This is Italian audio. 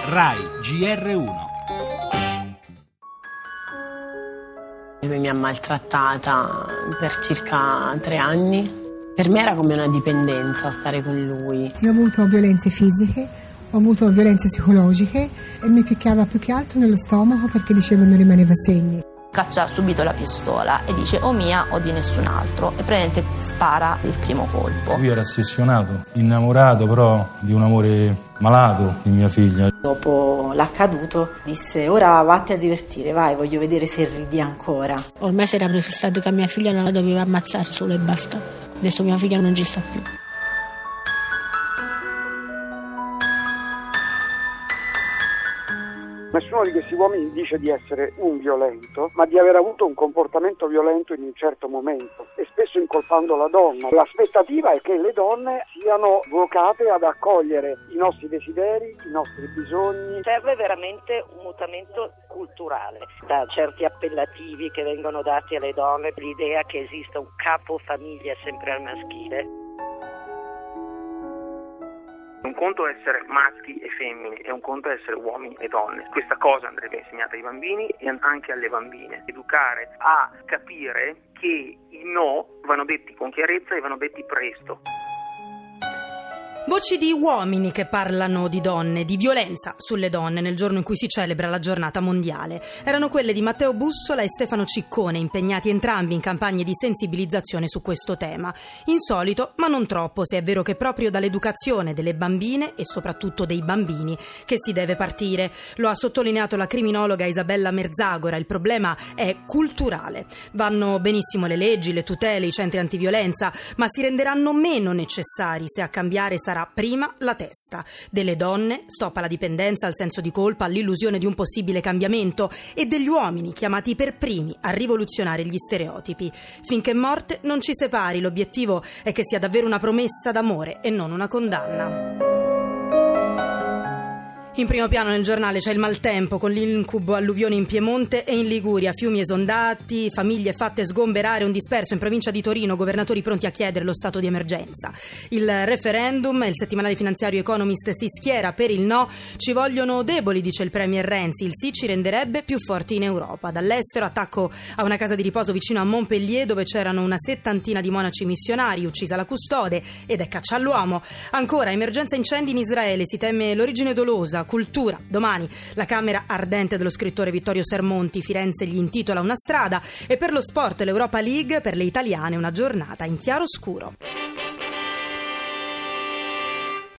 Rai GR1. Lui mi ha maltrattata per circa 3 anni. Per me era come una dipendenza stare con lui. Io ho avuto violenze fisiche, ho avuto violenze psicologiche e mi picchiava più che altro nello stomaco perché diceva non rimaneva segni. Caccia subito la pistola e dice o mia o di nessun altro e praticamente spara il primo colpo. Lui era ossessionato, innamorato però di un amore malato di mia figlia. Dopo l'accaduto disse ora vatti a divertire, vai, voglio vedere se ridi ancora. Ormai si era prefissato che mia figlia non la doveva ammazzare solo e basta. Adesso mia figlia non ci sta più. Nessuno di questi uomini dice di essere un violento, ma di aver avuto un comportamento violento in un certo momento e spesso incolpando la donna. L'aspettativa è che le donne siano vocate ad accogliere i nostri desideri, i nostri bisogni. Serve veramente un mutamento culturale da certi appellativi che vengono dati alle donne, l'idea che esista un capo famiglia sempre al maschile. Un conto è essere maschi e femmine e un conto è essere uomini e donne. Questa cosa andrebbe insegnata ai bambini e anche alle bambine. Educare a capire che i no vanno detti con chiarezza e vanno detti presto. Voci di uomini che parlano di donne, di violenza sulle donne nel giorno in cui si celebra la giornata mondiale. Erano quelle di Matteo Bussola e Stefano Ciccone, impegnati entrambi in campagne di sensibilizzazione su questo tema. Insolito, ma non troppo, se è vero che proprio dall'educazione delle bambine e soprattutto dei bambini che si deve partire. Lo ha sottolineato la criminologa Isabella Merzagora, il problema è culturale. Vanno benissimo le leggi, le tutele, i centri antiviolenza, ma si renderanno meno necessari se a cambiare sarà prima la testa delle donne, stop alla dipendenza, al senso di colpa, all'illusione di un possibile cambiamento, e degli uomini chiamati per primi a rivoluzionare gli stereotipi. Finché morte non ci separi, l'obiettivo è che sia davvero una promessa d'amore e non una condanna. In primo piano nel giornale c'è il maltempo con l'incubo alluvioni in Piemonte e in Liguria, fiumi esondati, famiglie fatte sgomberare, un disperso in provincia di Torino, governatori pronti a chiedere lo stato di emergenza. Il referendum, il settimanale finanziario Economist si schiera per il no, ci vogliono deboli, dice il premier Renzi, il sì ci renderebbe più forti in Europa. Dall'estero attacco a una casa di riposo vicino a Montpellier dove c'erano una 70 di monaci missionari, uccisa la custode ed è caccia all'uomo. Ancora emergenza incendi in Israele, si teme l'origine dolosa. Cultura, domani la camera ardente dello scrittore Vittorio Sermonti, Firenze gli intitola una strada, e per lo sport l'Europa League, per le italiane una giornata in chiaroscuro.